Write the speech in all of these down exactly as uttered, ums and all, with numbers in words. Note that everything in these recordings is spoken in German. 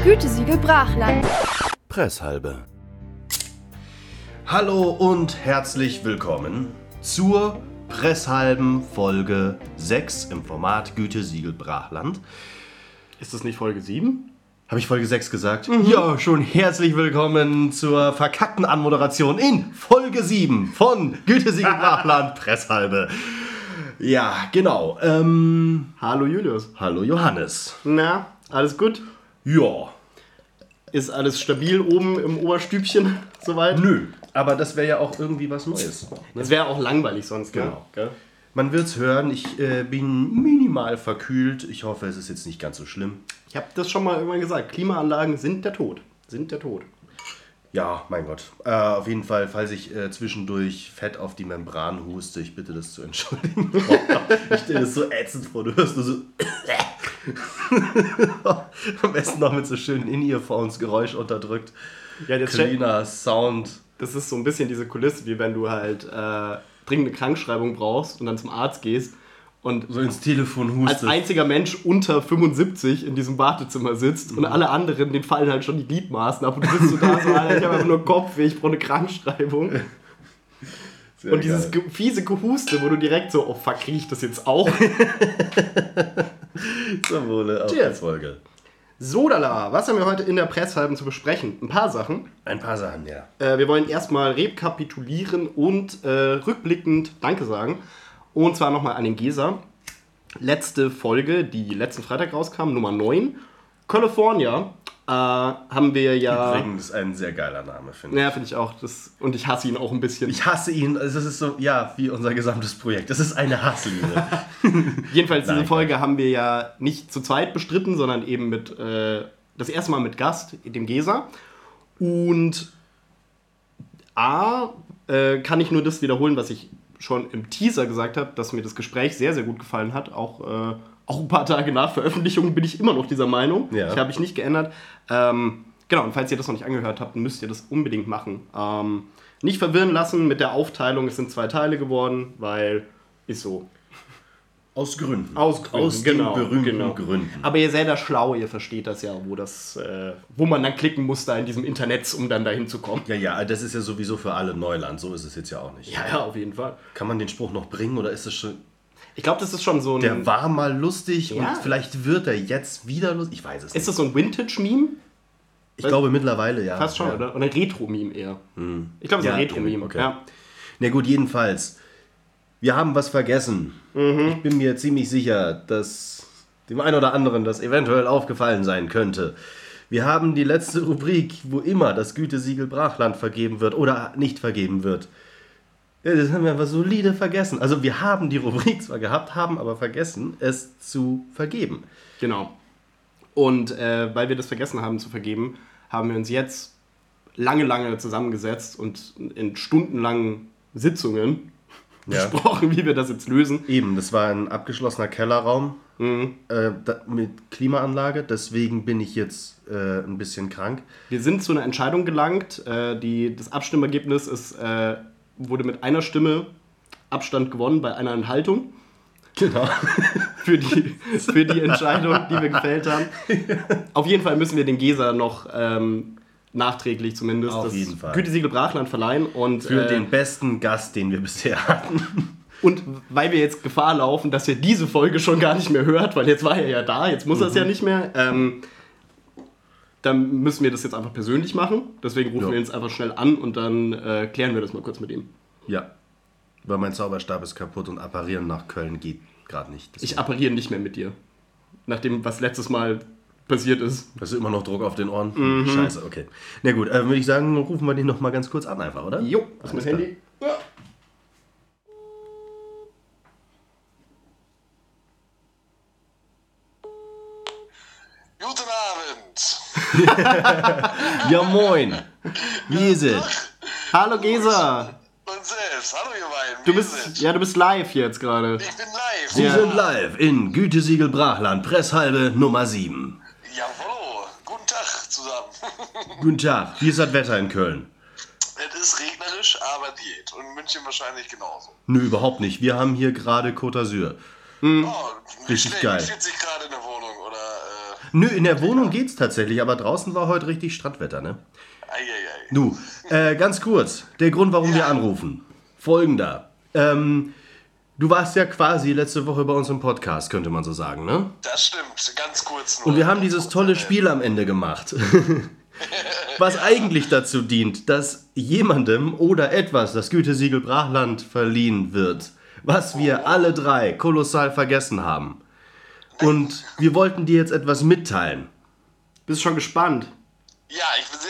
Gütesiegel Brachland. Presshalbe. Hallo und herzlich willkommen zur Presshalben Folge sechs im Format Gütesiegel Brachland. Ist das nicht Folge sieben? Habe ich Folge sechs gesagt? Mhm. Ja, schon herzlich willkommen zur verkackten Anmoderation in Folge sieben von Gütesiegel Brachland Presshalbe. Ja, genau. Ähm, hallo Julius. Hallo Johannes. Na, alles gut? Ja. Ist alles stabil oben im Oberstübchen soweit? Nö, aber das wäre ja auch irgendwie was Neues. Das wäre auch langweilig sonst, genau. Gell? Man wird's hören, ich äh, bin minimal verkühlt. Ich hoffe, es ist jetzt nicht ganz so schlimm. Ich habe das schon mal irgendwann gesagt. Klimaanlagen sind der Tod. Sind der Tod. Ja, mein Gott. Äh, auf jeden Fall, falls ich äh, zwischendurch Fett auf die Membran huste, ich bitte das zu entschuldigen. Ich stelle das so ätzend vor. Du hörst nur so... Am besten noch mit so schönen In-Earphones Geräusch unterdrückt. Ja, jetzt Cleaner Sound. Das ist so ein bisschen diese Kulisse, wie wenn du halt äh, dringende Krankschreibung brauchst und dann zum Arzt gehst und so ins Telefon hustest. Als einziger Mensch unter fünfundsiebzig in diesem Wartezimmer sitzt mhm. und alle anderen, denen fallen halt schon die Gliedmaßen ab und du sitzt so da so, Alter, ich habe einfach nur Kopfweh, ich brauche eine Krankschreibung. Sehr und dieses ge- fiese Gehuste, wo du direkt so, oh fuck, krieg ich das jetzt auch? Zum Wohle auf die Folge. Sodala, was haben wir heute in der Presshalben zu besprechen? Ein paar Sachen. Ein paar Sachen, ja. Äh, wir wollen erstmal rekapitulieren und äh, rückblickend Danke sagen. Und zwar nochmal an den Gesa. Letzte Folge, die letzten Freitag rauskam, Nummer neun. California äh, haben wir ja... Übrigens ein sehr geiler Name, finde ich. Ja, finde ich auch. Das, und ich hasse ihn auch ein bisschen. Ich hasse ihn. Also das ist so, ja, wie unser gesamtes Projekt. Das ist eine Hassliebe. Jedenfalls, Nein, diese Folge haben wir ja nicht zu zweit bestritten, sondern eben mit, äh, das erste Mal mit Gast, dem Gesa. Und A, äh, kann ich nur das wiederholen, was ich schon im Teaser gesagt habe, dass mir das Gespräch sehr, sehr gut gefallen hat. Auch, äh, auch ein paar Tage nach Veröffentlichung bin ich immer noch dieser Meinung. Ja. Ich habe mich nicht geändert. Ähm, genau, und falls ihr das noch nicht angehört habt, müsst ihr das unbedingt machen. Ähm, nicht verwirren lassen mit der Aufteilung. Es sind zwei Teile geworden, weil ist so. Aus Gründen. Aus Gründen, Aus genau, den berühmten genau. Gründen. Aber ihr seid ja schlau, ihr versteht das ja, wo das, äh, wo man dann klicken muss da in diesem Internet, um dann dahin zu kommen. Ja, ja, das ist ja sowieso für alle Neuland. So ist es jetzt ja auch nicht. Ja, ja, auf jeden Fall. Kann man den Spruch noch bringen oder ist es schon... Ich glaube, das ist schon so ein... Der war mal lustig Ja. und vielleicht wird er jetzt wieder lustig. Ich weiß es nicht. Ist das so ein Vintage-Meme? Ich glaube mittlerweile, ja. Fast schon, ja. oder? Oder ein Retro-Meme eher. Hm. Ich glaube, es ist Ja, ein Retro-Meme. okay. Ja. Na gut, jedenfalls. Wir haben was vergessen. Mhm. Ich bin mir ziemlich sicher, dass dem einen oder anderen das eventuell aufgefallen sein könnte. Wir haben die letzte Rubrik, wo immer das Gütesiegel Brachland vergeben wird oder nicht vergeben wird. Ja, das haben wir einfach solide vergessen. Also wir haben die Rubrik zwar gehabt, haben aber vergessen, es zu vergeben. Genau. Und äh, weil wir das vergessen haben zu vergeben, haben wir uns jetzt lange, lange zusammengesetzt und in stundenlangen Sitzungen Ja. besprochen, wie wir das jetzt lösen. Eben, das war ein abgeschlossener Kellerraum Mhm. äh, da, mit Klimaanlage, deswegen bin ich jetzt äh, ein bisschen krank. Wir sind zu einer Entscheidung gelangt. Äh, die, das Abstimmergebnis ist, äh, wurde mit einer Stimme Abstand gewonnen bei einer Enthaltung. Genau. Für die, für die Entscheidung, die wir gefällt haben. Auf jeden Fall müssen wir den Gesa noch ähm, nachträglich zumindest Auf das jeden Fall. Gütesiegel Brachland verleihen. Und, Für äh, den besten Gast, den wir bisher hatten. Und weil wir jetzt Gefahr laufen, dass ihr diese Folge schon gar nicht mehr hört, weil jetzt war er ja da, jetzt muss mhm. er es ja nicht mehr, ähm, dann müssen wir das jetzt einfach persönlich machen. Deswegen rufen ja. wir ihn jetzt einfach schnell an und dann äh, klären wir das mal kurz mit ihm. Ja, weil mein Zauberstab ist kaputt und apparieren nach Köln geht gerade nicht. Deswegen. Ich appariere nicht mehr mit dir. Nachdem, was letztes Mal passiert ist. Hast du immer noch Druck auf den Ohren? Mhm. Scheiße, okay. Na gut, äh, würde ich sagen, rufen wir den noch mal ganz kurz an einfach, oder? Jo, das ist mein Handy. Ja. Guten Abend. Ja, moin. Wie ist es? Hallo Gesa. Und selbst. Hallo ihr beiden. Du Wie bist, ist es? ja, du bist live jetzt gerade. Ich bin live. Sie Ja. sind live in Gütesiegel Brachland, Presshalbe Nummer sieben. Jawollo. Guten Tag zusammen. Guten Tag, wie ist das Wetter in Köln? Es ist regnerisch, aber Diät. Und in München wahrscheinlich genauso. Nö, überhaupt nicht. Wir haben hier gerade Côte d'Azur. Oh, nicht Richtig schlecht. geil. vierzig Grad in der Wohnung oder... Äh, Nö, in der Wohnung geht's tatsächlich, aber draußen war heute richtig Strandwetter, ne? Eieiei. Du, äh, ganz kurz, der Grund, warum wir anrufen. Folgender. Ähm, du warst ja quasi letzte Woche bei uns im Podcast, könnte man so sagen, ne? Das stimmt, ganz kurz nur. Und wir haben dieses tolle Spiel am Ende gemacht. Was eigentlich dazu dient, dass jemandem oder etwas das Gütesiegel Brachland verliehen wird. Was wir alle drei kolossal vergessen haben. Und wir wollten dir jetzt etwas mitteilen. Bist du schon gespannt? Ja, ich bin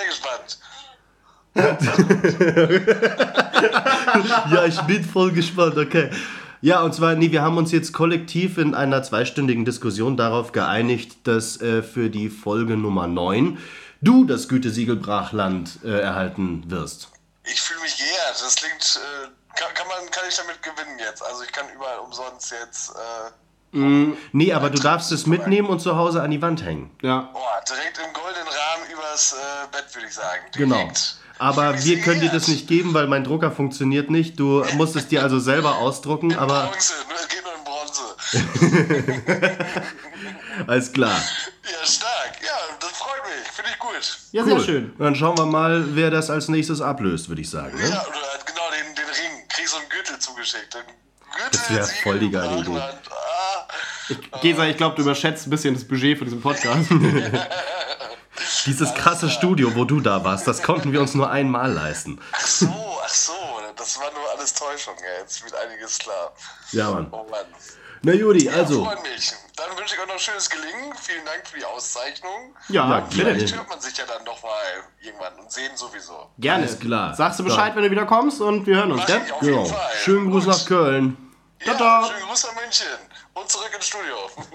sehr gespannt. Ja, ich bin voll gespannt, okay. Ja, und zwar, nee, wir haben uns jetzt kollektiv in einer zweistündigen Diskussion darauf geeinigt, dass äh, für die Folge Nummer neun du das Gütesiegel Brachland äh, erhalten wirst. Ich fühle mich geehrt. Das klingt, äh, kann, kann, man, kann ich damit gewinnen jetzt? Also ich kann überall umsonst jetzt... Äh, Mm, nee, aber du darfst es mitnehmen und zu Hause an die Wand hängen. Ja. oh, direkt im goldenen Rahmen übers äh, Bett, würde ich sagen. Direkt. Genau. Aber Ich fühl wir mich können dir geehrt. das nicht geben, weil mein Drucker funktioniert nicht. Du musst es dir also selber ausdrucken, In aber Bronze, nur, es geht nur in Bronze. alles klar. Ja, stark. Ja, das freut mich. Finde ich gut. Ja, Cool. sehr schön. Dann schauen wir mal, wer das als nächstes ablöst, würde ich sagen. Ne? Ja, oder halt genau den, den Ring. Kriegst so einen Gürtel zugeschickt. Den Gürtel, Das wär voll die geile Idee. Brachland. Ah, Gesa, ich glaube, du überschätzt ein bisschen das Budget für diesen Podcast. Dieses krasse Studio, wo du da warst, das konnten wir uns nur einmal leisten. ach so, ach so. Das war nur alles Täuschung. Ja, jetzt wird einiges klar. Ja, Mann. Oh Mann. Na Judy, Ja, also, freut mich. Dann wünsche ich euch noch ein schönes Gelingen. Vielen Dank für die Auszeichnung. Ja, Ja, bitte. gerne. Vielleicht hört man sich ja dann noch mal irgendwann und sehen sowieso. Gerne. Alles klar. Sagst du Bescheid, wenn du wieder kommst und wir hören uns, Mach gell? ich auf genau. jeden Fall. Schönen Gruß Gut. nach Köln. Ja, Ciao, ciao. schönen Gruß nach München. Und zurück ins Studio.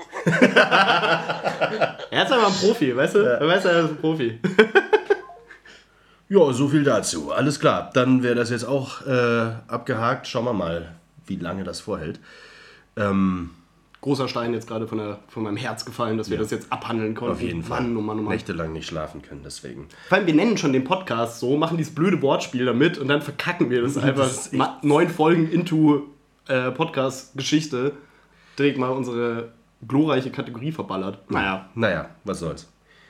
Er ist einfach ein Profi, weißt du? Er weiß, er ist ein Profi. Ja, so viel dazu. Alles klar, dann wäre das jetzt auch äh, abgehakt. Schauen wir mal, wie lange das vorhält. Ähm, Großer Stein jetzt gerade von, der, von meinem Herz gefallen, dass wir das jetzt abhandeln konnten. auf jeden Fall. Mann, oh Mann, oh Mann. Nächtelang nicht schlafen können, deswegen. Vor allem, wir nennen schon den Podcast so, machen dieses blöde Wortspiel damit und dann verkacken wir das einfach. ist echt- Ma- neun Folgen into äh, Podcast-Geschichte. Direkt mal unsere glorreiche Kategorie verballert. Naja. Naja, was soll's.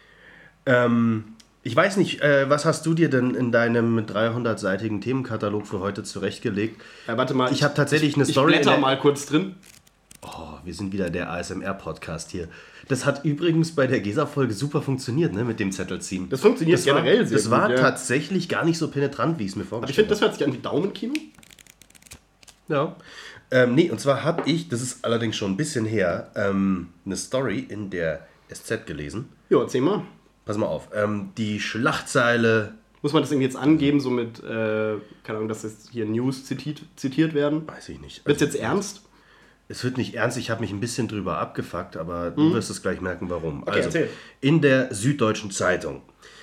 Ähm, ich weiß nicht, äh, was hast du dir denn in deinem dreihundertseitigen Themenkatalog für heute zurechtgelegt? Ja, warte mal. Ich habe tatsächlich eine ich Story. in blätter der- mal kurz drin. Oh, wir sind wieder der A S M R-Podcast hier. Das hat übrigens bei der Gesa-Folge super funktioniert, ne, mit dem Zettelziehen. Das funktioniert das war, generell sehr Das gut, war ja. tatsächlich gar nicht so penetrant, wie ich es mir Aber ich vorgestellt finde, das hört sich an wie Daumenkino. Ja. Ähm, nee, und zwar habe ich, das ist allerdings schon ein bisschen her, ähm, eine Story in der S Z gelesen. Jo, erzähl mal. Pass mal auf. Ähm, die Schlagzeile, Muss man das irgendwie jetzt angeben, so mit, äh, keine Ahnung, dass jetzt hier News zitiert, zitiert werden? weiß ich nicht. Wird's Also, jetzt ernst? Es wird nicht ernst, ich habe mich ein bisschen drüber abgefuckt, aber du wirst es gleich merken, warum. also, erzähl. in der Süddeutschen Zeitung.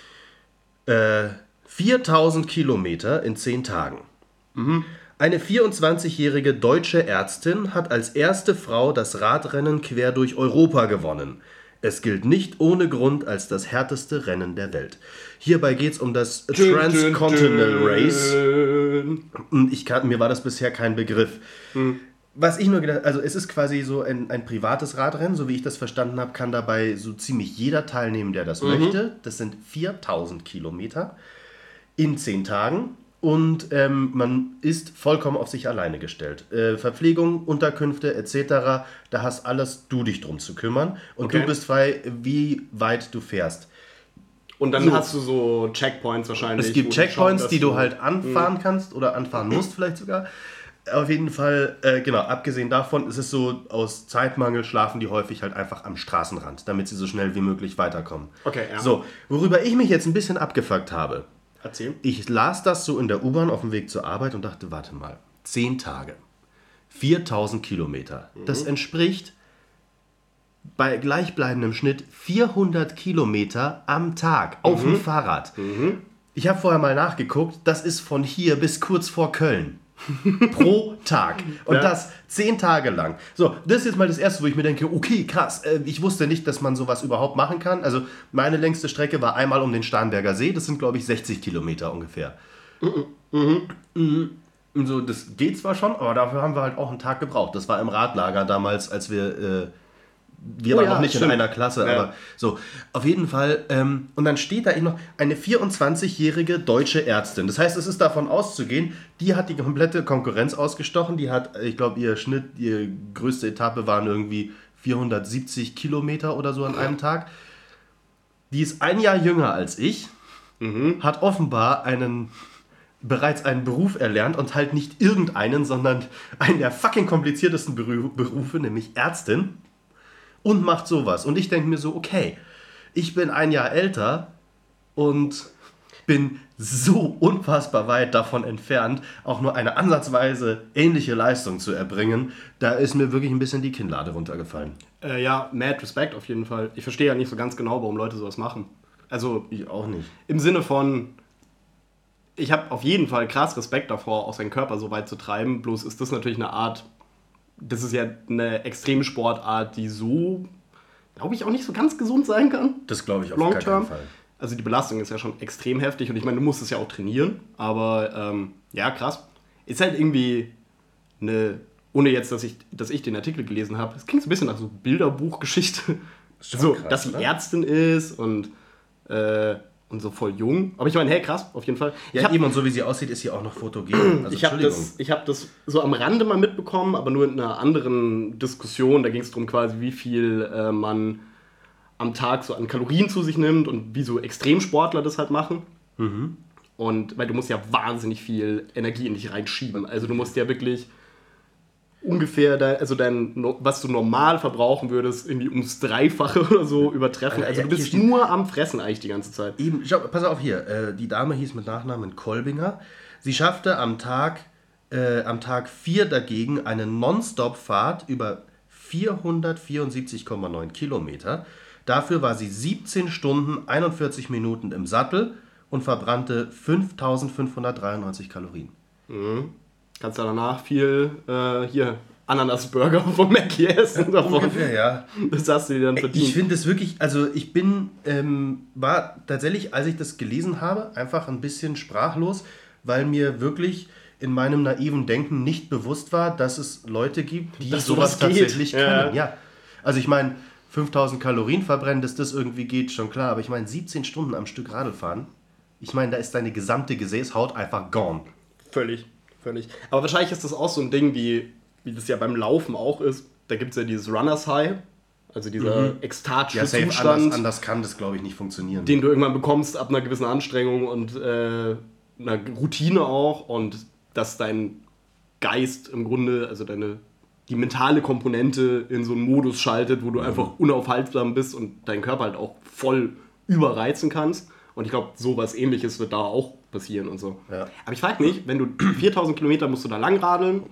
Äh, viertausend Kilometer in zehn Tagen. Eine vierundzwanzigjährige deutsche Ärztin hat als erste Frau das Radrennen quer durch Europa gewonnen. Es gilt nicht ohne Grund als das härteste Rennen der Welt. Hierbei geht es um das Transcontinental Race. Und ich kann, mir war das bisher kein Begriff. Was ich nur gedacht, also es ist quasi so ein, ein privates Radrennen, so wie ich das verstanden habe, kann dabei so ziemlich jeder teilnehmen, der das möchte. Das sind viertausend Kilometer in zehn Tagen und ähm, man ist vollkommen auf sich alleine gestellt. Äh, Verpflegung, Unterkünfte et cetera, da hast alles du dich drum zu kümmern und Okay. du bist frei, wie weit du fährst. Und dann So. hast du so Checkpoints wahrscheinlich. Es gibt wo du Checkpoints, schaust, die dass du halt anfahren kannst oder anfahren musst vielleicht sogar. Auf jeden Fall, äh, genau, abgesehen davon ist es so, aus Zeitmangel schlafen die häufig halt einfach am Straßenrand, damit sie so schnell wie möglich weiterkommen. Okay, ja. So, worüber ich mich jetzt ein bisschen abgefuckt habe. Erzähl. Ich las das so in der U-Bahn auf dem Weg zur Arbeit und dachte, warte mal, zehn Tage, viertausend Kilometer, das entspricht bei gleichbleibendem Schnitt vierhundert Kilometer am Tag auf dem Fahrrad. Ich habe vorher mal nachgeguckt, das ist von hier bis kurz vor Köln. Pro Tag. Und Ja. das zehn Tage lang. So, das ist jetzt mal das Erste, wo ich mir denke, okay, krass, äh, ich wusste nicht, dass man sowas überhaupt machen kann. Also meine längste Strecke war einmal um den Starnberger See, das sind glaube ich sechzig Kilometer ungefähr. Mhm. So, das geht zwar schon, aber dafür haben wir halt auch einen Tag gebraucht. Das war im Radlager damals, als wir äh, wir Oh waren ja, noch nicht stimmt. in einer Klasse, Ja. aber so, auf jeden Fall. Ähm, und dann steht da eben noch eine vierundzwanzigjährige deutsche Ärztin. Das heißt, es ist davon auszugehen, die hat die komplette Konkurrenz ausgestochen. Die hat, ich glaube, ihr Schnitt, ihre größte Etappe waren irgendwie vierhundertsiebzig Kilometer oder so an einem Tag. Die ist ein Jahr jünger als ich, Mhm. hat offenbar einen bereits einen Beruf erlernt und halt nicht irgendeinen, sondern einen der fucking kompliziertesten Beru- Berufe, nämlich Ärztin, und macht sowas. Und ich denke mir so, okay, ich bin ein Jahr älter und bin so unfassbar weit davon entfernt, auch nur eine ansatzweise ähnliche Leistung zu erbringen. Da ist mir wirklich ein bisschen die Kinnlade runtergefallen. Äh, ja, mad Respect auf jeden Fall. Ich verstehe ja nicht so ganz genau, warum Leute sowas machen. Also Ich auch nicht. im Sinne von, ich habe auf jeden Fall krass Respekt davor, auch seinen Körper so weit zu treiben. Bloß ist das natürlich eine Art, das ist ja eine Extremsportart, die so, glaube ich, auch nicht so ganz gesund sein kann. Das glaube ich auf Long gar term. keinen Fall. Also die Belastung ist ja schon extrem heftig und ich meine, du musst es ja auch trainieren, aber ähm, ja, krass. Ist halt irgendwie eine, ohne jetzt, dass ich, dass ich den Artikel gelesen habe, es klingt so ein bisschen nach so Bilderbuchgeschichte. Schon So, krass, dass sie oder? Ärztin ist und, äh, und so voll jung. Aber ich meine, hey, krass, auf jeden Fall. Ja, ich hab, eben, und so wie sie aussieht, ist sie auch noch fotogen. Also, ich habe das, ich hab das so am Rande mal mitbekommen, aber nur in einer anderen Diskussion. Da ging es darum quasi, wie viel äh, man am Tag so an Kalorien zu sich nimmt und wie so Extremsportler das halt machen. Mhm. Und weil du musst ja wahnsinnig viel Energie in dich reinschieben. Also du musst ja wirklich ungefähr, dein, also dein, no- was du normal verbrauchen würdest, irgendwie ums Dreifache oder so übertreffen. Also du Hier bist steht- nur am Fressen eigentlich die ganze Zeit. Eben, schau, pass auf hier, äh, die Dame hieß mit Nachnamen Kolbinger. Sie schaffte am Tag, äh, am Tag vier dagegen eine Non-Stop-Fahrt über vierhundertvierundsiebzig Komma neun Kilometer. Dafür war sie siebzehn Stunden, einundvierzig Minuten im Sattel und verbrannte fünftausendfünfhundertdreiundneunzig Kalorien. Kannst du danach viel, äh, hier, Ananas-Burger von Mackie essen davon. Ungefähr, ja. Das hast du dir dann verdient. Ich finde es wirklich, also ich bin, ähm, war tatsächlich, als ich das gelesen habe, einfach ein bisschen sprachlos, weil mir wirklich in meinem naiven Denken nicht bewusst war, dass es Leute gibt, die Dass sowas sowas geht. tatsächlich Ja. können. Ja. Also ich meine, fünftausend Kalorien verbrennen, dass das irgendwie geht, schon klar, aber ich meine, siebzehn Stunden am Stück Radl fahren, ich meine, da ist deine gesamte Gesäßhaut einfach gone. Völlig, völlig. Aber wahrscheinlich ist das auch so ein Ding, wie, wie das ja beim Laufen auch ist. Da gibt es ja dieses Runners High, also dieser ekstatische Ja, safe, Zustand, anders, anders kann das, glaube ich, nicht funktionieren. den du irgendwann bekommst ab einer gewissen Anstrengung und äh, einer Routine auch und dass dein Geist im Grunde, also deine die mentale Komponente in so einen Modus schaltet, wo du einfach unaufhaltsam bist und deinen Körper halt auch voll überreizen kannst. Und ich glaube, sowas Ähnliches wird da auch passieren und so. Ja. Aber ich frage mich, wenn du viertausend Kilometer musst du da langradeln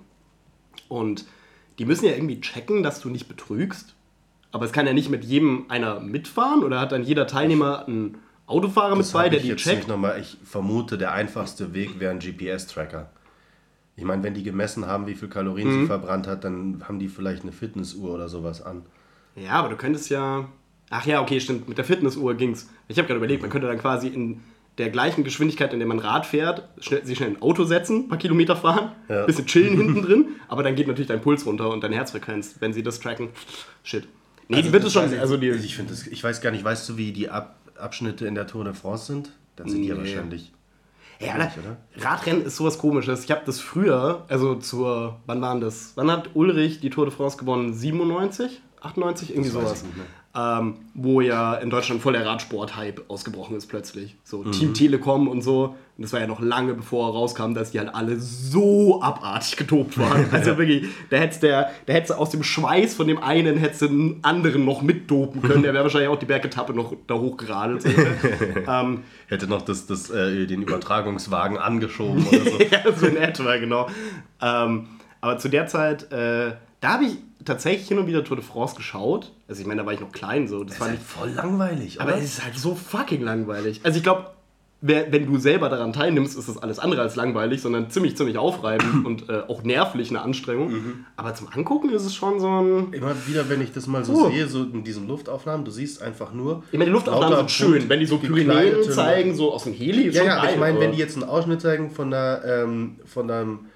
und die müssen ja irgendwie checken, dass du nicht betrügst. Aber es kann ja nicht mit jedem einer mitfahren oder hat dann jeder Teilnehmer einen Autofahrer mit Das bei, hab der ich die jetzt checkt? nicht nochmal. Ich vermute, der einfachste Weg wäre ein G P S-Tracker. Ich meine, wenn die gemessen haben, wie viel Kalorien Mhm. sie verbrannt hat, dann haben die vielleicht eine Fitnessuhr oder sowas an. Ja, aber du könntest ja... Ach ja, okay, stimmt. Mit der Fitnessuhr ging's. Ich habe gerade überlegt, man könnte dann quasi in der gleichen Geschwindigkeit, in der man Rad fährt, schnell, sich schnell in ein Auto setzen, ein paar Kilometer fahren, Ja. bisschen chillen hinten drin, aber dann geht natürlich dein Puls runter und deine Herzfrequenz, wenn sie das tracken. Shit. Nee, die wird es das schon... weiß ich- Also die, ich, finde das, ich weiß gar nicht, weißt du, wie die Ab Abschnitte in der Tour de France sind? Dann sind die ja Nee. wahrscheinlich... ja, ähnlich, oder? oder? Radrennen ist sowas Komisches. Ich habe das früher, also zur... Wann waren das? Wann hat Ulrich die Tour de France gewonnen? siebenundneunzig? achtundneunzig? Irgendwie Das weiß sowas. ich nicht mehr. Ähm, wo ja in Deutschland voll der Radsport-Hype ausgebrochen ist plötzlich. So Team Telekom und so. Und das war ja noch lange bevor er rauskam, dass die halt alle so abartig getobt waren. Also wirklich, da hättest der, da hättest du aus dem Schweiß von dem einen hättest du einen anderen noch mitdopen können. Der wäre wahrscheinlich auch die Bergetappe noch da hochgeradelt. ähm, Hätte noch das, das, äh, den Übertragungswagen angeschoben oder so. ja, so in etwa, genau. Ähm, aber zu der Zeit, äh, da habe ich tatsächlich hin und wieder Tour de France geschaut. Also ich meine, da war ich noch klein so. Das Das war ist nicht, halt voll langweilig, oder? aber es ist halt so fucking langweilig. Also ich glaube, wenn du selber daran teilnimmst, ist das alles andere als langweilig, sondern ziemlich, ziemlich aufreibend und äh, auch nervlich eine Anstrengung. Aber zum Angucken ist es schon so ein... Immer wieder, wenn ich das mal so Uh. sehe, so in diesen Luftaufnahmen, du siehst einfach nur... Ich meine, die Luftaufnahmen lauter sind schön, bunt wenn die so Pyrenäen gekleidete zeigen, so aus dem Heli, ist Ja, schon ja, aber geil. ich meine, aber- wenn die jetzt einen Ausschnitt zeigen von einer, ähm, von einem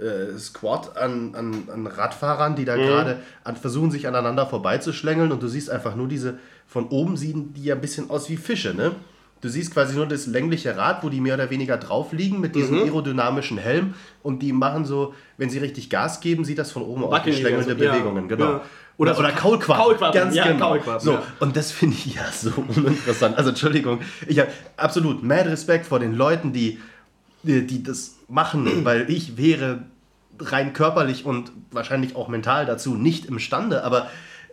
äh, Squad an, an, an Radfahrern, die da mhm. gerade an, versuchen, sich aneinander vorbeizuschlängeln und du siehst einfach nur diese, von oben sehen die ja ein bisschen aus wie Fische, ne? Du siehst quasi nur das längliche Rad, wo die mehr oder weniger drauf liegen mit diesem mhm. aerodynamischen Helm und die machen so, wenn sie richtig Gas geben, sieht das von oben aus wie schlängelnde also, Bewegungen, ja. genau. Ja. Oder, oder Kaulquappen. Kaulquappen. Ganz ja, genau. Kaulquappen, so, ja. und das finde ich ja so uninteressant. Also Entschuldigung, ich habe absolut mad Respekt vor den Leuten, die, die, die das machen, weil ich wäre rein körperlich und wahrscheinlich auch mental dazu nicht imstande, aber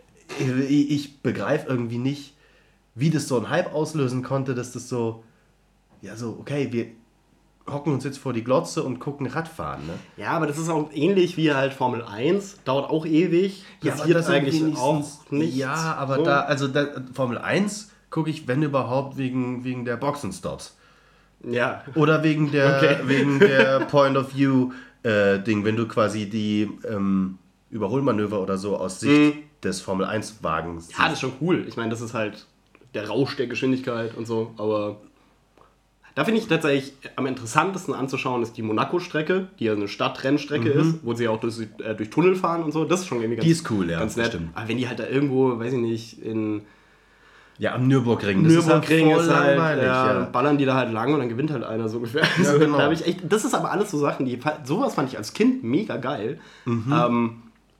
ich, ich begreife irgendwie nicht, wie das so einen Hype auslösen konnte, dass das so, ja so, okay, wir hocken uns jetzt vor die Glotze und gucken Radfahren, ne? Ja, aber das ist auch ähnlich wie halt Formel eins, dauert auch ewig, ja, passiert das eigentlich auch nichts. Ja, aber so. da, also da, Formel eins gucke ich, wenn überhaupt, wegen, wegen der Boxenstops. Ja. Oder wegen der, okay. wegen der Point-of-View-Ding, äh, wenn du quasi die ähm, Überholmanöver oder so aus Sicht mhm. des Formel eins Wagens siehst. Ja, das ist schon cool. Ich meine, das ist halt der Rausch der Geschwindigkeit und so, aber da finde ich tatsächlich am interessantesten anzuschauen ist die Monaco-Strecke, die ja eine Stadtrennstrecke mhm. ist, wo sie auch durch, äh, durch Tunnel fahren und so. Das ist schon irgendwie ganz, die ist cool, ja, ganz nett. Stimmt. Aber wenn die halt da irgendwo, weiß ich nicht, in ja, am Nürburgring, das Nürburgring ist halt voll ist halt, langweilig, ja, ja. ballern die da halt lang und dann gewinnt halt einer so ungefähr. Ja, genau. Da hab ich echt, das ist aber alles so Sachen, die sowas fand ich als Kind mega geil. Mhm. Ähm,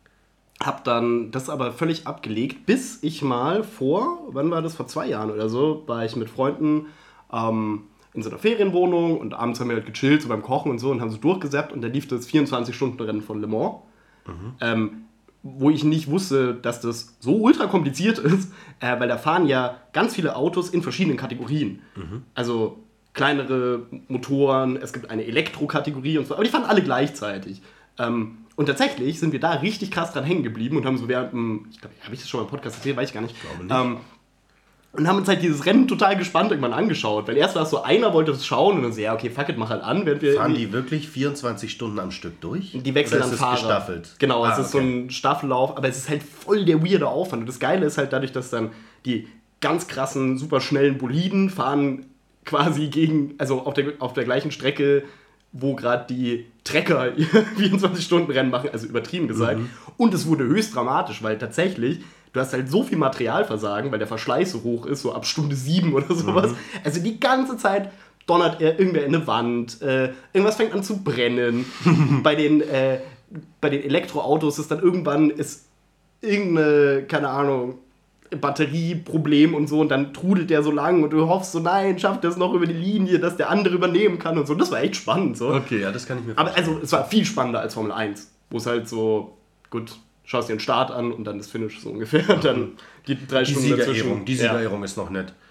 hab dann das aber völlig abgelegt, bis ich mal vor, wann war das, vor zwei Jahren oder so, war ich mit Freunden ähm, in so einer Ferienwohnung und abends haben wir halt gechillt, so beim Kochen und so und haben so durchgesäppt und da lief das vierundzwanzig-Stunden-Rennen von Le Mans. Mhm. Ähm, wo ich nicht wusste, dass das so ultra kompliziert ist, äh, weil da fahren ja ganz viele Autos in verschiedenen Kategorien. Mhm. Also kleinere Motoren, es gibt eine Elektro-Kategorie und so, aber die fahren alle gleichzeitig. Ähm, und tatsächlich sind wir da richtig krass dran hängen geblieben und haben so während dem, ich glaube, habe ich das schon mal im Podcast erzählt, weiß ich gar nicht. Ich glaube nicht. Ähm, und haben uns halt dieses Rennen total gespannt irgendwann angeschaut, weil erst war es so, einer wollte es schauen und dann so, ja, okay, fuck it, mach halt an. Während wir fahren die wirklich vierundzwanzig Stunden am Stück durch? Die wechseln dann Fahrer. Gestaffelt? Genau, ah, es ist okay. so ein Staffellauf, aber es ist halt voll der weirde Aufwand. Und das Geile ist halt dadurch, dass dann die ganz krassen, super schnellen Boliden fahren quasi gegen, also auf der, auf der gleichen Strecke, wo gerade die Trecker ihr vierundzwanzig-Stunden-Rennen machen, also übertrieben gesagt. Mhm. Und es wurde höchst dramatisch, weil tatsächlich du hast halt so viel Materialversagen, weil der Verschleiß so hoch ist, so ab Stunde sieben oder sowas. Mhm. Also die ganze Zeit donnert er irgendwer in eine Wand, äh, irgendwas fängt an zu brennen. bei, den, äh, bei den Elektroautos ist dann irgendwann ist irgendeine, keine Ahnung, Batterieproblem und so und dann trudelt der so lang und du hoffst so, nein, schafft er es noch über die Linie, dass der andere übernehmen kann und so. Das war echt spannend. So. Okay, ja, das kann ich mir vorstellen. Aber also, es war viel spannender als Formel eins, wo es halt so, gut, schaust dir den Start an und dann das Finish so ungefähr. Und dann die drei die Stunden dazwischen. Die Siegerehrung ja. ist noch nett.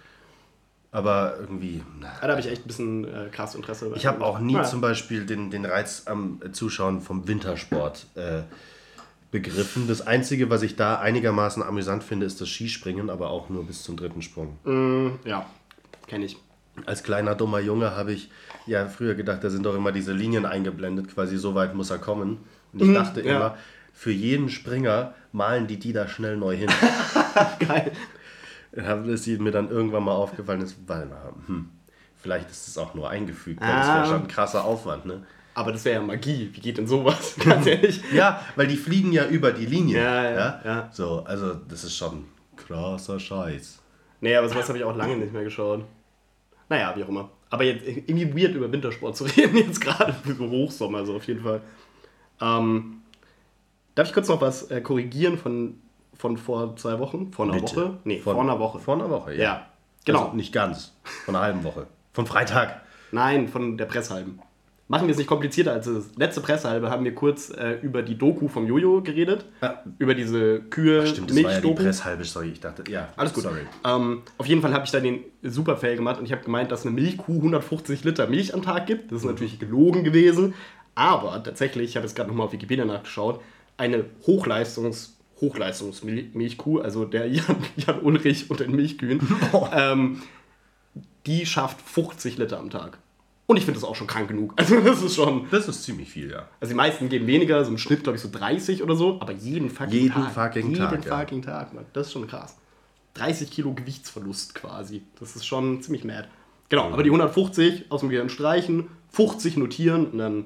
Aber irgendwie... Na, ja, da habe ich echt ein bisschen äh, krass Interesse. Ich habe auch nie ja. zum Beispiel den, den Reiz am Zuschauen vom Wintersport äh, begriffen. Das Einzige, was ich da einigermaßen amüsant finde, ist das Skispringen, aber auch nur bis zum dritten Sprung. Mm, ja, kenne ich. Als kleiner, dummer Junge habe ich ja früher gedacht, da sind doch immer diese Linien eingeblendet, quasi so weit muss er kommen. Und ich mm, dachte ja. immer... Für jeden Springer malen die die da schnell neu hin. Geil. Dann ist mir dann irgendwann mal aufgefallen, ist, weil, hm, vielleicht ist es auch nur eingefügt. Ah. Das wäre schon ein krasser Aufwand, ne? Aber das wäre ja Magie. Wie geht denn sowas? Ganz ehrlich. Ja, weil die fliegen ja über die Linie. Ja, ja, ja? ja. So, also das ist schon krasser Scheiß. Nee, aber sowas habe ich auch lange nicht mehr geschaut. Naja, wie auch immer. Aber jetzt irgendwie weird über Wintersport zu reden, jetzt gerade für so Hochsommer, so auf jeden Fall. Ähm... Darf ich kurz noch was äh, korrigieren von, von vor zwei Wochen? Vor einer Bitte. Woche? Nee, von, vor einer Woche. Vor einer Woche, ja. Ja, genau. Also nicht ganz. Von einer halben Woche. Von Freitag. Nein, von der Presshalben. Machen wir es nicht komplizierter als es ist. Letzte Presshalbe haben wir kurz äh, über die Doku vom Jojo geredet. Ja. Über diese Kühe. Ach stimmt, das war ja die Presshalbe, sorry. Ich dachte, ja. Alles gut. Sorry. Ähm, auf jeden Fall habe ich da den Superfail gemacht und ich habe gemeint, dass eine Milchkuh hundertfünfzig Liter Milch am Tag gibt. Das ist mhm. natürlich gelogen gewesen. Aber tatsächlich, ich habe jetzt gerade nochmal auf Wikipedia nachgeschaut, eine Hochleistungs- Hochleistungsmilchkuh, also der Jan, Jan Ulrich unter den Milchkühen, ähm, die schafft fünfzig Liter am Tag. Und ich finde das auch schon krank genug. Also das ist schon... Das ist ziemlich viel, ja. Also die meisten geben weniger, so im Schnitt glaube ich so dreißig oder so, aber jeden fucking jeden Tag. Fucking jeden Tag, fucking ja. Tag, Mann. Das ist schon krass. dreißig Kilo Gewichtsverlust quasi. Das ist schon ziemlich mad. Genau, mhm. aber die hundertfünfzig aus dem Gehirn streichen, fünfzig notieren und dann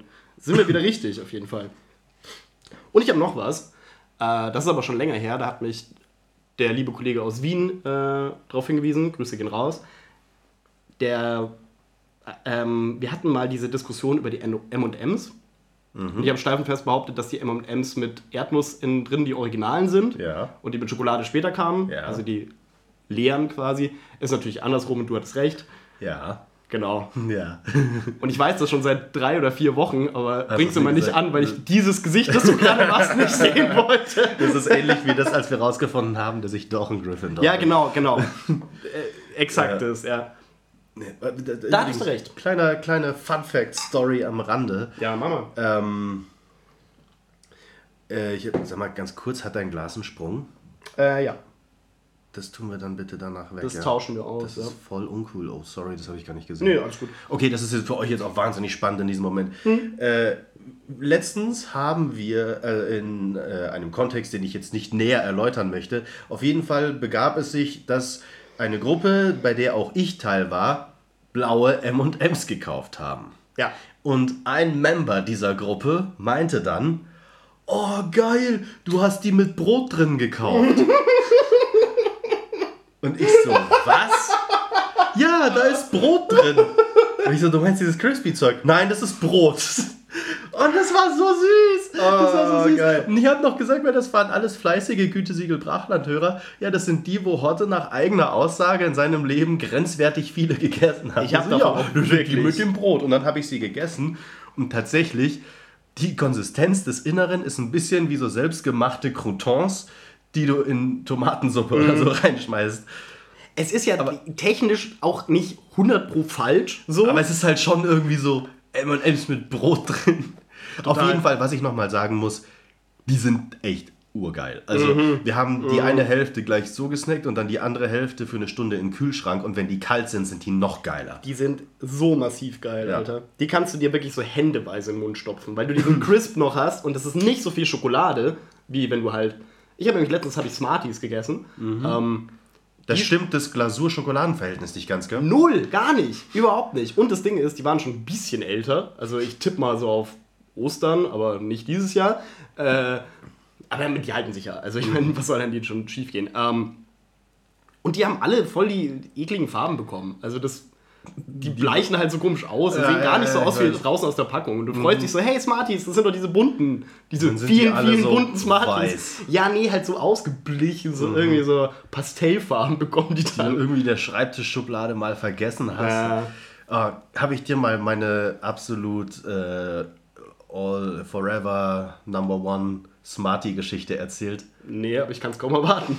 sind wir wieder richtig, auf jeden Fall. Und ich habe noch was. Äh, das ist aber schon länger her. Da hat mich der liebe Kollege aus Wien äh, darauf hingewiesen. Grüße gehen raus. Der, ähm, wir hatten mal diese Diskussion über die M und M's. Mhm. Und ich habe steif und fest behauptet, dass die M und M's mit Erdnuss innen drin die Originalen sind. Ja. Und die mit Schokolade später kamen. Ja. Also die leeren quasi. Ist natürlich andersrum und du hattest recht. Ja. Genau. Ja. Und ich weiß das schon seit drei oder vier Wochen, aber Hast bring's du immer nicht gesagt? an, weil ich dieses Gesicht, das du gerade machst, nicht sehen wollte. Das ist ähnlich wie das, als wir rausgefunden haben, dass ich doch ein Gryffindor Ja, bin. genau, genau. äh, exakt Ja. das, ja. Nee, Da hast du recht. Kleine, kleine Fun-Fact-Story am Rande. Ja, Mama. Ähm, äh, ich sag mal ganz kurz, hat dein Glas einen Sprung? Äh, ja. Das tun wir dann bitte danach weg. Das ja? tauschen wir aus, Das ja. ist voll uncool. Oh, sorry, das habe ich gar nicht gesehen. Nee, alles gut. Okay, das ist jetzt für euch jetzt auch wahnsinnig spannend in diesem Moment. Hm. Äh, letztens haben wir äh, in äh, einem Kontext, den ich jetzt nicht näher erläutern möchte, auf jeden Fall begab es sich, dass eine Gruppe, bei der auch ich Teil war, blaue M und M's gekauft haben. Ja. Und ein Member dieser Gruppe meinte dann, oh geil, du hast die mit Brot drin gekauft. Und ich so, was? Ja, da ist Brot drin. Und ich so, du meinst dieses Crispy-Zeug? Nein, das ist Brot. Und das war so süß. Das war so süß. Geil. Und ich habe noch gesagt, weil das waren alles fleißige Gütesiegel Brachlandhörer. Ja, das sind die, wo Hotte nach eigener Aussage in seinem Leben grenzwertig viele gegessen hat. Ich hab so, davon ja, auch das sind die wirklich. mit dem Brot. Und dann habe ich sie gegessen. Und tatsächlich, die Konsistenz des Inneren ist ein bisschen wie so selbstgemachte Croutons, die du in Tomatensuppe Mhm. oder so reinschmeißt. Es ist ja technisch auch nicht hundert Pro falsch, so. Aber es ist halt schon irgendwie so M und M's mit Brot drin. Auf jeden Fall, was ich nochmal sagen muss, die sind echt urgeil. Also Mhm. wir haben die eine Hälfte gleich so gesnackt und dann die andere Hälfte für eine Stunde im Kühlschrank und wenn die kalt sind, sind die noch geiler. Die sind so massiv geil, Ja. Alter. Die kannst du dir wirklich so händeweise in den Mund stopfen, weil du diesen Crisp noch hast und das ist nicht so viel Schokolade, wie wenn du halt... Ich habe nämlich letztens hab ich Smarties gegessen. Ähm, Das die- stimmt das Glasur-Schokoladen-Verhältnis nicht ganz, gell? Null, gar nicht, überhaupt nicht. Und das Ding ist, die waren schon ein bisschen älter. Also ich tippe mal so auf Ostern, aber nicht dieses Jahr. Äh, aber die halten sich ja. Also ich meine, was soll denn die schon schief gehen? Ähm, und die haben alle voll die ekligen Farben bekommen. Also das, die bleichen halt so komisch aus und Ja, sehen gar ja, nicht so ja, aus ich wie weiß. draußen aus der Packung. Und du freust dich so, hey Smarties, das sind doch diese bunten, diese Dann sind die vielen, alle vielen so bunten Smarties. weiß. Ja, nee, halt so ausgeblichen, so irgendwie so Pastellfarben bekommen die Die du dann. irgendwie in der Schreibtischschublade mal vergessen hast. Ja. Ah, habe ich dir mal meine absolut äh, all forever number one Smartie-Geschichte erzählt? Nee, aber ich kann es kaum erwarten.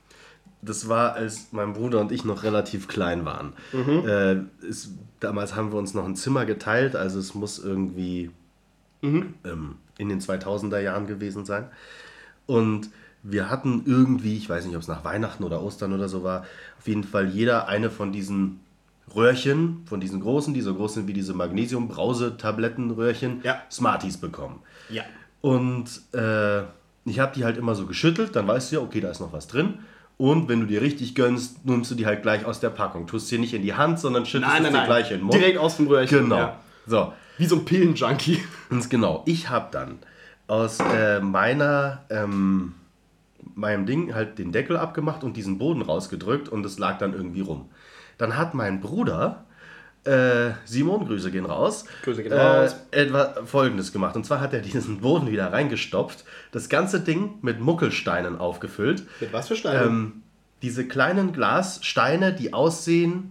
Das war, als mein Bruder und ich noch relativ klein waren. Äh, es, damals haben wir uns noch ein Zimmer geteilt, also es muss irgendwie ähm, in den zweitausender Jahren gewesen sein. Und wir hatten irgendwie, ich weiß nicht, ob es nach Weihnachten oder Ostern oder so war, auf jeden Fall jeder eine von diesen Röhrchen, von diesen großen, die so groß sind wie diese Magnesium-Brause-Tablettenröhrchen, Ja. Smarties bekommen. Ja. Und äh, ich habe die halt immer so geschüttelt, dann weißt du ja, okay, da ist noch was drin. Und wenn du dir richtig gönnst, nimmst du die halt gleich aus der Packung. Tust sie nicht in die Hand, sondern schüttest Nein, es nein, dir nein. gleich in den Mund. Direkt aus dem Röhrchen. Genau. Ja. So, Wie so ein Pillenjunkie. ganz genau. Ich habe dann aus äh, meiner, ähm, meinem Ding halt den Deckel abgemacht und diesen Boden rausgedrückt und es lag dann irgendwie rum. Dann hat mein Bruder, äh, Simon, Grüße gehen raus, Grüße gehen äh, raus. etwa Folgendes gemacht. Und zwar hat er diesen Boden wieder reingestopft, das ganze Ding mit Muckelsteinen aufgefüllt. Mit was für Steinen? Ähm, diese kleinen Glassteine, die aussehen,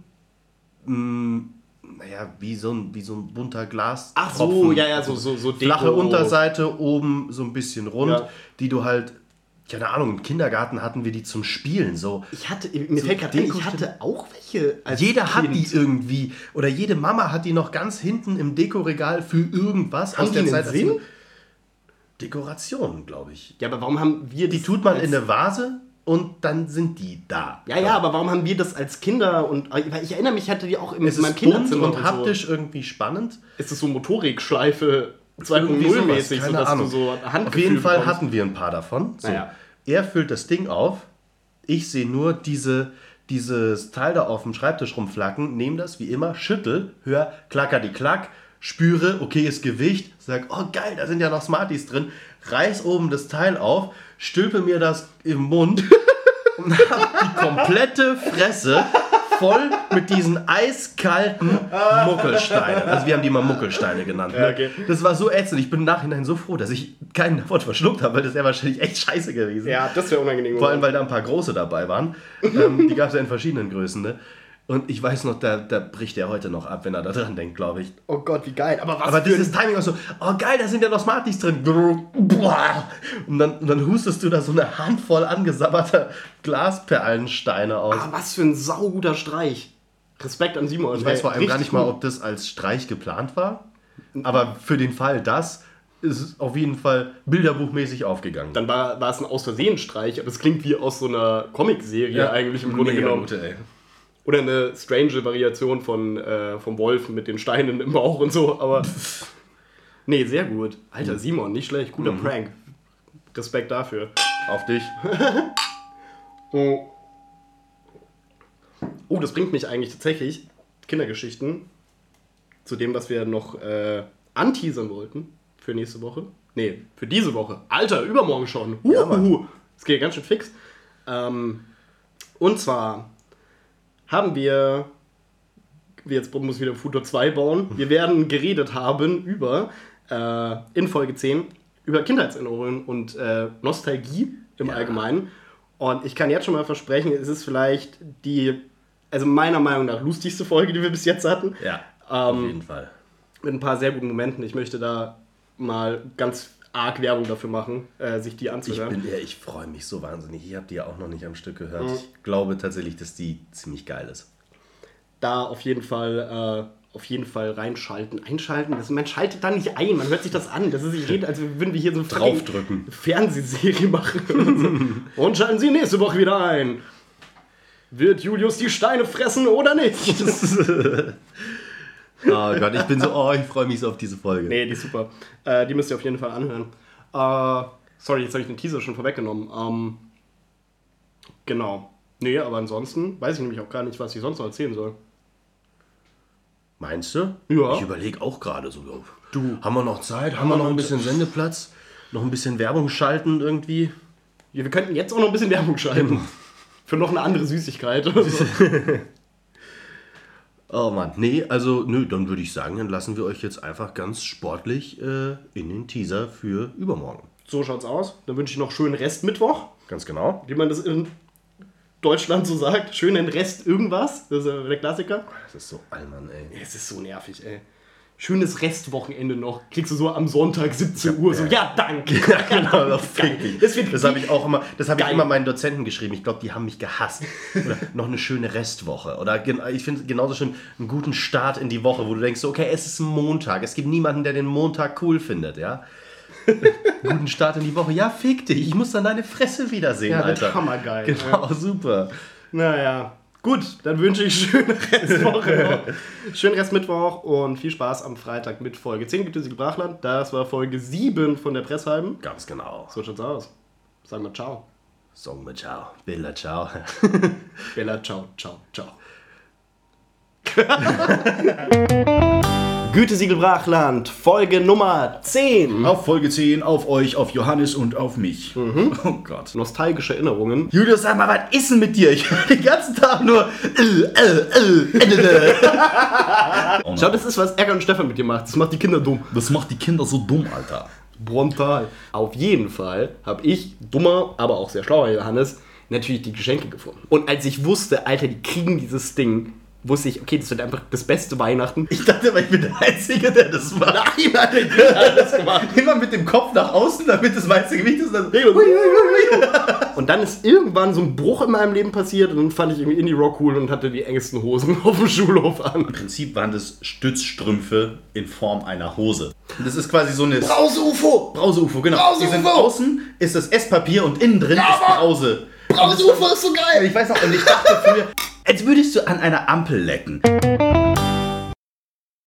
mh, naja, wie so ein, wie so ein bunter Glas. Ach so, ja, ja, so, so, so Flache Deko- Unterseite, oben so ein bisschen rund, Ja. die du halt, keine Ahnung, im Kindergarten hatten wir die zum Spielen. So. Ich hatte, mir So fällt gerade ein, Deko- ich hatte auch welche als Jeder Kind. hat die irgendwie, oder jede Mama hat die noch ganz hinten im Dekoregal für irgendwas Haben die einen als Sinn? sie- Dekoration, glaube ich. Ja, aber warum haben wir Die das tut man als, in eine Vase und dann sind die da. Ja, ja, aber warum haben wir das als Kinder und weil ich erinnere mich, ich hatte die auch in Es meinem ist bunt Kinderzimmer und und haptisch irgendwie spannend. so. Ist das so Motorikschleife zwei Punkt Irgendwie null sowas, mäßig, so keine dass Ahnung. du so Handgefühl Auf jeden Fall bekommst? hatten wir ein paar davon. So. Naja. Er füllt das Ding auf. Ich sehe nur diese, dieses Teil da auf dem Schreibtisch rumflacken, nehme das wie immer, schüttel, hör klacker die Klack, spüre, okay, ist Gewicht, sag, oh geil, da sind ja noch Smarties drin, reiß oben das Teil auf, stülpe mir das im Mund und hab die komplette Fresse voll mit diesen eiskalten Muckelsteinen. Also wir haben die mal Muckelsteine genannt. Ne? Ja, okay. Das war so ätzend. Ich bin im Nachhinein so froh, dass ich keinen davon verschluckt habe, weil das wäre wahrscheinlich echt scheiße gewesen. Ja, das wäre unangenehm. Vor allem, weil da ein paar große dabei waren. Ähm, die gab es ja in verschiedenen Größen. Ne? Und ich weiß noch, da, da bricht er heute noch ab, wenn er da dran denkt, glaube ich. Oh Gott, wie geil. Aber was Aber für dieses Timing auch so, oh geil, da sind ja noch Smarties drin. Und dann, und dann hustest du da so eine Handvoll angesabberter Glasperlensteine aus. Ah, was für ein sauguter Streich. Respekt an Simon. Ich weiß vor allem Richtig gar nicht gut. mal, ob das als Streich geplant war. Aber für den Fall das ist es auf jeden Fall bilderbuchmäßig aufgegangen. Dann war, war es ein Aus-Versehen-Streich, aber es klingt wie aus so einer Comicserie eigentlich im Grunde mega genommen. gute, ey. Oder eine strange Variation von, äh, vom Wolf mit den Steinen im Bauch und so, aber. Nee, sehr gut. Alter, Simon, nicht schlecht. Guter Mhm. Prank. Respekt dafür. Auf dich. Oh. Oh, das bringt mich eigentlich tatsächlich, Kindergeschichten, zu dem, was wir noch äh, anteasern wollten für nächste Woche. Nee, für diese Woche. Alter, übermorgen schon. Ja, Uhuhu. Mann. Das geht ganz schön fix. Ähm, und zwar haben wir, jetzt muss ich wieder Futur zwei bauen, wir werden geredet haben über, äh, in Folge zehn, über Kindheitserinnerungen und äh, Nostalgie im Ja. Allgemeinen. Und ich kann jetzt schon mal versprechen, es ist vielleicht die, also meiner Meinung nach, lustigste Folge, die wir bis jetzt hatten. Ja, auf Ähm, jeden Fall. Mit ein paar sehr guten Momenten. Ich möchte da mal ganz arg Werbung dafür machen, äh, sich die Ich, anzuhören. bin, ja, ich freue mich so wahnsinnig. Ich habe die ja auch noch nicht am Stück gehört. Ich glaube tatsächlich, dass die ziemlich geil ist. Da auf jeden Fall, äh, auf jeden Fall reinschalten. Einschalten, das, man schaltet da nicht ein, man hört sich das an. Das ist, ich rede, als würden wir hier so eine fucking Draufdrücken. Fernsehserie machen. Und, so. Und schalten Sie nächste Woche wieder ein. Wird Julius die Steine fressen oder nicht? Oh Gott, ich bin so, oh, ich freue mich so auf diese Folge. Nee, die ist super. Äh, die müsst ihr auf jeden Fall anhören. Äh, sorry, jetzt habe ich den Teaser schon vorweggenommen. Ähm, genau. Nee, aber ansonsten weiß ich nämlich auch gar nicht, was ich sonst noch erzählen soll. Meinst du? Ja. Ich überlege auch gerade so. Du, haben wir noch Zeit? Haben wir noch ein bisschen Sendeplatz? Noch ein bisschen Werbung schalten irgendwie? Ja, wir könnten jetzt auch noch ein bisschen Werbung schalten. Für noch eine andere Süßigkeit. Oh Mann, nee, also nö, dann würde ich sagen, dann lassen wir euch jetzt einfach ganz sportlich äh, in den Teaser für übermorgen. So schaut's aus. Dann wünsche ich noch schönen Restmittwoch, Ganz genau. wie man das in Deutschland so sagt. Schönen Rest irgendwas. Das ist ja der Klassiker. Das ist so allmann, ey. Es ist so nervig, ey. Schönes Restwochenende noch. Kriegst du so am Sonntag siebzehn Uhr so, ja, danke. Ja, genau, das, Geil. Das wird das habe ich auch immer, das habe ich geil. immer meinen Dozenten geschrieben. Ich glaube, die haben mich gehasst. Oder noch eine schöne Restwoche. Oder gen- ich finde genauso schön einen guten Start in die Woche, wo du denkst, so, okay, es ist ein Montag. Es gibt niemanden, der den Montag cool findet, ja. Guten Start in die Woche. Ja, fick dich. Ich muss dann deine Fresse wiedersehen, Ja, das Alter. ist hammergeil. Genau, super. Naja, gut, dann wünsche ich schöne Restwoche noch. Schönen Restmittwoch und viel Spaß am Freitag mit Folge zehn Gütesiegel Brachland. Das war Folge sieben von der Presshalben. Ganz genau. So schaut's aus. Sagen wir ciao. Sagen wir ciao. Bilder, ciao. Bella, ciao, ciao, ciao. Gütesiegel Brachland, Folge Nummer zehn. Auf Folge zehn, auf euch, auf Johannes und auf mich. Oh Gott. Nostalgische Erinnerungen. Julius, sag mal, was ist denn mit dir? Ich höre den ganzen Tag nur. Äh, äh, äh, äh. Oh Schau, das ist, was Ärger und Stefan mit dir macht. Das macht die Kinder dumm. Das macht die Kinder so dumm, Alter. Brutal. Auf jeden Fall habe ich, dummer, aber auch sehr schlauer Johannes, natürlich die Geschenke gefunden. Und als ich wusste, Alter, die kriegen dieses Ding, wusste ich, okay, das wird einfach das beste Weihnachten. Ich dachte aber, ich bin der Einzige, der das macht. Nein, Alter, jeder hat das gemacht. Immer mit dem Kopf nach außen, damit das meiste Gewicht ist. Dann Und dann ist irgendwann so ein Bruch in meinem Leben passiert und dann fand ich irgendwie Indie-Rock cool und hatte die engsten Hosen auf dem Schulhof an. Im Prinzip waren das Stützstrümpfe in Form einer Hose. Das ist quasi so eine Brause-UFO! Brause-UFO, genau. Brause-UFO! Die sind außen ist das Esspapier und innen drin ist Brause. Brause-UFO ist so geil! Ich weiß noch, und ich dachte früher, als würdest du an einer Ampel lecken.